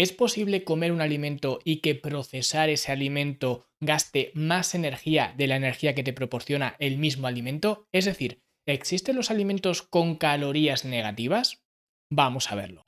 ¿Es posible comer un alimento y que procesar ese alimento gaste más energía de la energía que te proporciona el mismo alimento? Es decir, ¿existen los alimentos con calorías negativas? Vamos a verlo.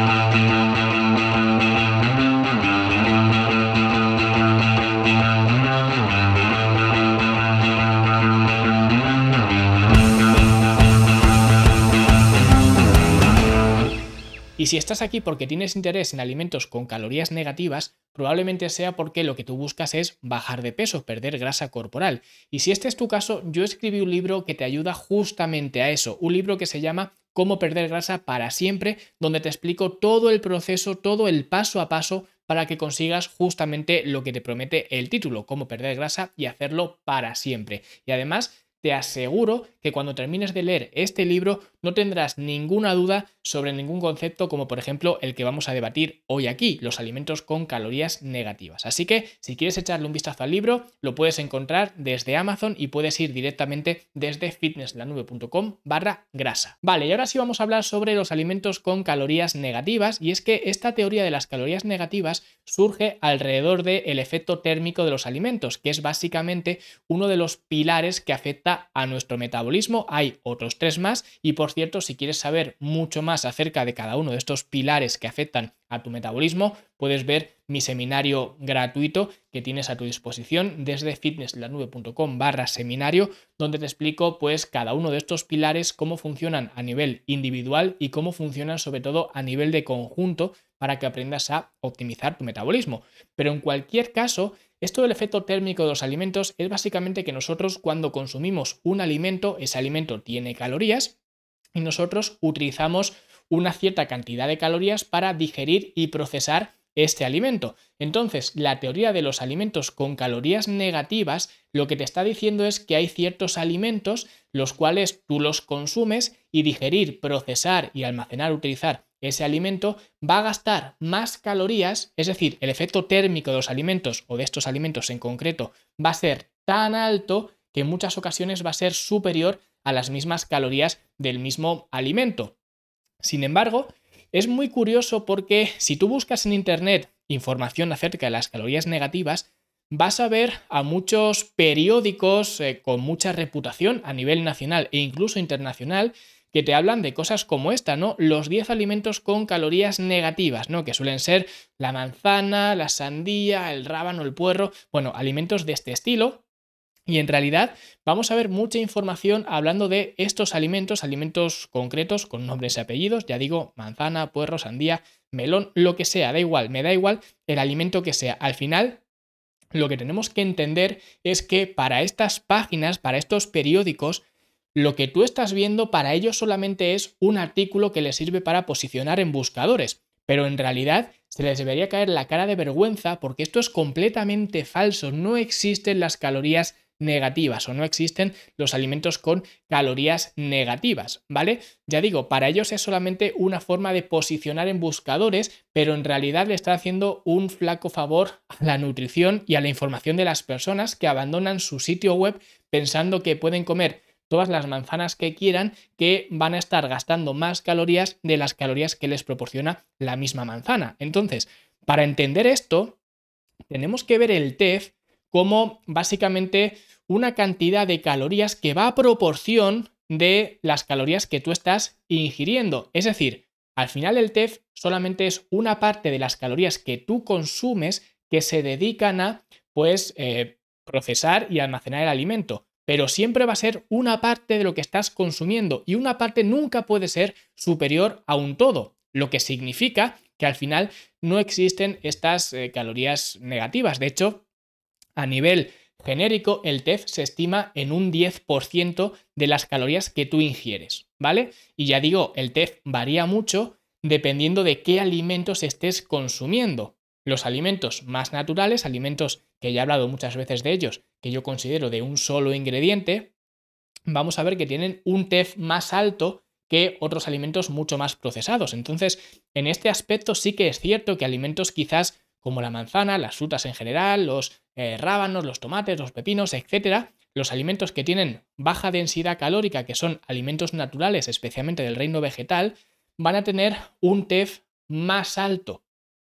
Y si estás aquí porque tienes interés en alimentos con calorías negativas, probablemente sea porque lo que tú buscas es bajar de peso, perder grasa corporal. Y si este es tu caso, yo escribí un libro que te ayuda justamente a eso, un libro que se llama Cómo perder grasa para siempre, donde te explico todo el proceso, todo el paso a paso para que consigas justamente lo que te promete el título, cómo perder grasa y hacerlo para siempre. Y además, te aseguro que cuando termines de leer este libro no tendrás ninguna duda sobre ningún concepto como por ejemplo el que vamos a debatir hoy aquí, los alimentos con calorías negativas. Así que si quieres echarle un vistazo al libro, lo puedes encontrar desde Amazon y puedes ir directamente desde fitnesslanube.com/grasa. Vale, y ahora sí vamos a hablar sobre los alimentos con calorías negativas, y es que esta teoría de las calorías negativas surge alrededor del efecto térmico de los alimentos, que es básicamente uno de los pilares que afecta a nuestro metabolismo. Hay otros 3 más y por cierto, si quieres saber mucho más acerca de cada uno de estos pilares que afectan a tu metabolismo, puedes ver mi seminario gratuito que tienes a tu disposición desde fitnesslanube.com/seminario, donde te explico pues cada uno de estos pilares, cómo funcionan a nivel individual y cómo funcionan sobre todo a nivel de conjunto para que aprendas a optimizar tu metabolismo. Pero en cualquier caso, esto del efecto térmico de los alimentos es básicamente que nosotros cuando consumimos un alimento, ese alimento tiene calorías y nosotros utilizamos una cierta cantidad de calorías para digerir y procesar este alimento. Entonces, la teoría de los alimentos con calorías negativas lo que te está diciendo es que hay ciertos alimentos los cuales tú los consumes y digerir, procesar y almacenar, utilizar ese alimento va a gastar más calorías, es decir, el efecto térmico de los alimentos o de estos alimentos en concreto va a ser tan alto que en muchas ocasiones va a ser superior a las mismas calorías del mismo alimento. Sin embargo, es muy curioso porque si tú buscas en internet información acerca de las calorías negativas, vas a ver a muchos periódicos con mucha reputación a nivel nacional e incluso internacional que te hablan de cosas como esta, ¿no? Los 10 alimentos con calorías negativas, ¿no? Que suelen ser la manzana, la sandía, el rábano, el puerro, bueno, alimentos de este estilo. Y en realidad vamos a ver mucha información hablando de estos alimentos, alimentos concretos con nombres y apellidos, ya digo, manzana, puerro, sandía, melón, lo que sea, da igual, me da igual el alimento que sea. Al final, lo que tenemos que entender es que para estas páginas, para estos periódicos, lo que tú estás viendo para ellos solamente es un artículo que les sirve para posicionar en buscadores, pero en realidad se les debería caer la cara de vergüenza porque esto es completamente falso, no existen las calorías negativas o no existen los alimentos con calorías negativas, ¿vale? Ya digo, para ellos es solamente una forma de posicionar en buscadores, pero en realidad le está haciendo un flaco favor a la nutrición y a la información de las personas que abandonan su sitio web pensando que pueden comer todas las manzanas que quieran, que van a estar gastando más calorías de las calorías que les proporciona la misma manzana. Entonces, para entender esto, tenemos que ver el TEF como básicamente una cantidad de calorías que va a proporción de las calorías que tú estás ingiriendo. Es decir, al final el TEF solamente es una parte de las calorías que tú consumes que se dedican a, pues, procesar y almacenar el alimento. Pero siempre va a ser una parte de lo que estás consumiendo y una parte nunca puede ser superior a un todo, lo que significa que al final no existen estas calorías negativas. De hecho, a nivel genérico, el TEF se estima en un 10% de las calorías que tú ingieres, ¿vale? Y ya digo, el TEF varía mucho dependiendo de qué alimentos estés consumiendo. Los alimentos más naturales, alimentos que ya he hablado muchas veces de ellos, que yo considero de un solo ingrediente, vamos a ver que tienen un TEF más alto que otros alimentos mucho más procesados. Entonces, en este aspecto sí que es cierto que alimentos quizás como la manzana, las frutas en general, los rábanos, los tomates, los pepinos, etcétera, los alimentos que tienen baja densidad calórica, que son alimentos naturales, especialmente del reino vegetal, van a tener un TEF más alto.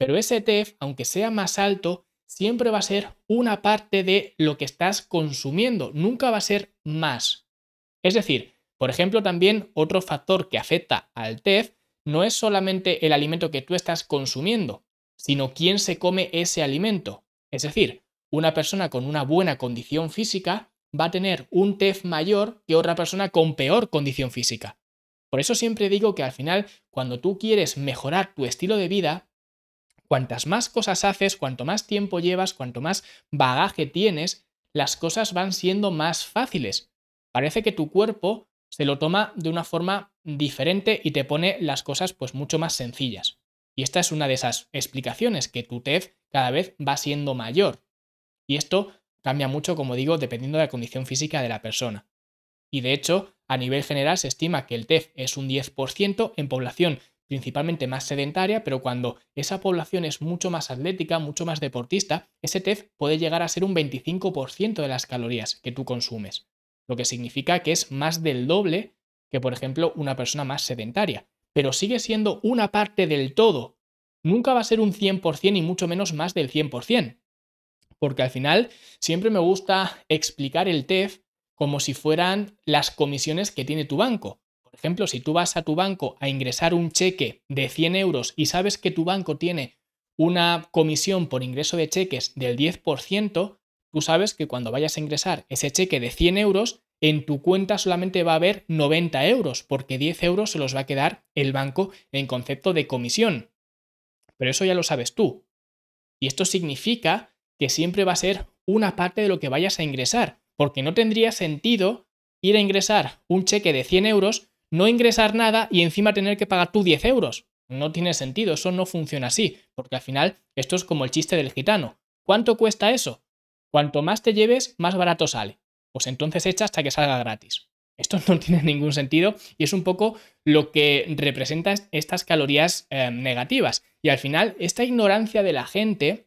pero ese TEF, aunque sea más alto, siempre va a ser una parte de lo que estás consumiendo, nunca va a ser más. Es decir, por ejemplo, también otro factor que afecta al TEF no es solamente el alimento que tú estás consumiendo, sino quién se come ese alimento. Es decir, una persona con una buena condición física va a tener un TEF mayor que otra persona con peor condición física. Por eso siempre digo que al final, cuando tú quieres mejorar tu estilo de vida, cuantas más cosas haces, cuanto más tiempo llevas, cuanto más bagaje tienes, las cosas van siendo más fáciles. Parece que tu cuerpo se lo toma de una forma diferente y te pone las cosas pues mucho más sencillas. Y esta es una de esas explicaciones, que tu TEF cada vez va siendo mayor. Y esto cambia mucho, como digo, dependiendo de la condición física de la persona. Y de hecho, a nivel general se estima que el TEF es un 10% en población principalmente más sedentaria, pero cuando esa población es mucho más atlética, mucho más deportista, ese TEF puede llegar a ser un 25% de las calorías que tú consumes, lo que significa que es más del doble que, por ejemplo, una persona más sedentaria, pero sigue siendo una parte del todo. Nunca va a ser un 100% y mucho menos más del 100%, porque al final siempre me gusta explicar el TEF como si fueran las comisiones que tiene tu banco. Por ejemplo, si tú vas a tu banco a ingresar un cheque de 100 euros y sabes que tu banco tiene una comisión por ingreso de cheques del 10%, tú sabes que cuando vayas a ingresar ese cheque de 100 euros, en tu cuenta solamente va a haber 90 euros, porque 10 euros se los va a quedar el banco en concepto de comisión. Pero eso ya lo sabes tú. Y esto significa que siempre va a ser una parte de lo que vayas a ingresar, porque no tendría sentido ir a ingresar un cheque de 100 euros, no ingresar nada y encima tener que pagar tú 10 euros. No tiene sentido, eso no funciona así, porque al final esto es como el chiste del gitano. ¿Cuánto cuesta eso? Cuanto más te lleves, más barato sale. Pues entonces echa hasta que salga gratis. Esto no tiene ningún sentido y es un poco lo que representa estas calorías negativas. Y al final, esta ignorancia de la gente,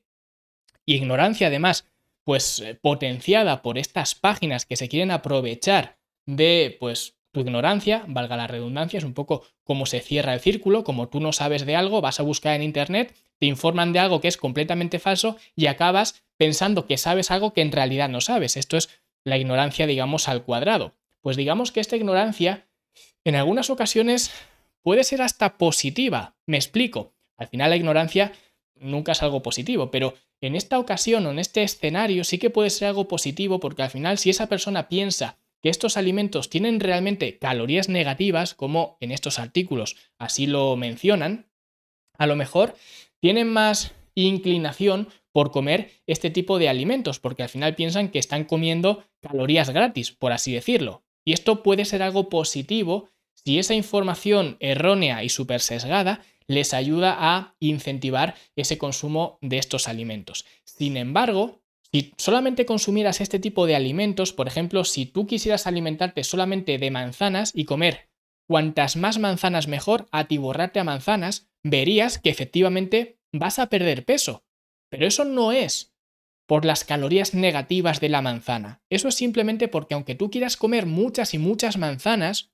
y ignorancia además, pues potenciada por estas páginas que se quieren aprovechar de pues tu ignorancia, valga la redundancia, es un poco como se cierra el círculo, como tú no sabes de algo, vas a buscar en internet, te informan de algo que es completamente falso y acabas pensando que sabes algo que en realidad no sabes. Esto es la ignorancia, digamos, al cuadrado. Pues digamos que esta ignorancia en algunas ocasiones puede ser hasta positiva. Me explico. Al final la ignorancia nunca es algo positivo, pero en esta ocasión o en este escenario sí que puede ser algo positivo, porque al final si esa persona piensa que estos alimentos tienen realmente calorías negativas, como en estos artículos así lo mencionan, a lo mejor tienen más inclinación por comer este tipo de alimentos, porque al final piensan que están comiendo calorías gratis, por así decirlo. Y esto puede ser algo positivo si esa información errónea y súper sesgada les ayuda a incentivar ese consumo de estos alimentos. Sin embargo, si solamente consumieras este tipo de alimentos, por ejemplo, si tú quisieras alimentarte solamente de manzanas y comer cuantas más manzanas mejor, atiborrarte a manzanas, verías que efectivamente vas a perder peso. Pero eso no es por las calorías negativas de la manzana. Eso es simplemente porque aunque tú quieras comer muchas y muchas manzanas,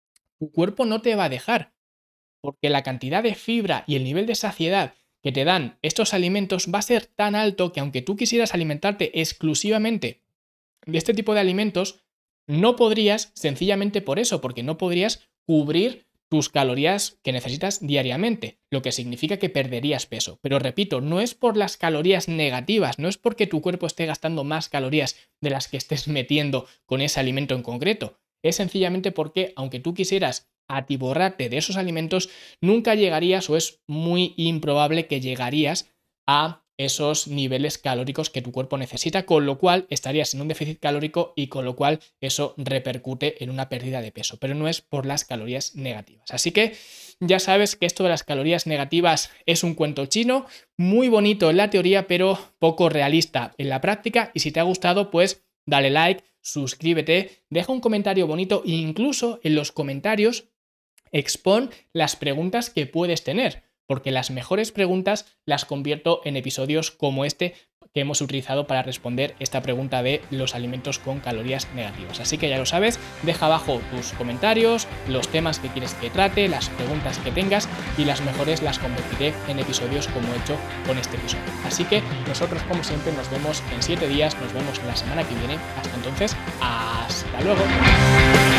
tu cuerpo no te va a dejar. Porque la cantidad de fibra y el nivel de saciedad que te dan estos alimentos va a ser tan alto que aunque tú quisieras alimentarte exclusivamente de este tipo de alimentos, no podrías, sencillamente por eso, porque no podrías cubrir tus calorías que necesitas diariamente, lo que significa que perderías peso. Pero repito, no es por las calorías negativas, no es porque tu cuerpo esté gastando más calorías de las que estés metiendo con ese alimento en concreto. Es sencillamente porque, aunque tú quisieras atiborrarte de esos alimentos, nunca llegarías o es muy improbable que llegarías a esos niveles calóricos que tu cuerpo necesita, con lo cual estarías en un déficit calórico y con lo cual eso repercute en una pérdida de peso, pero no es por las calorías negativas. Así que ya sabes que esto de las calorías negativas es un cuento chino, muy bonito en la teoría, pero poco realista en la práctica, y si te ha gustado, pues dale like, suscríbete, deja un comentario bonito e incluso en los comentarios expon las preguntas que puedes tener. porque las mejores preguntas las convierto en episodios como este que hemos utilizado para responder esta pregunta de los alimentos con calorías negativas. Así que ya lo sabes, deja abajo tus comentarios, los temas que quieres que trate, las preguntas que tengas y las mejores las convertiré en episodios como he hecho con este episodio. Así que nosotros como siempre nos vemos en 7 días, nos vemos la semana que viene. Hasta entonces, hasta luego.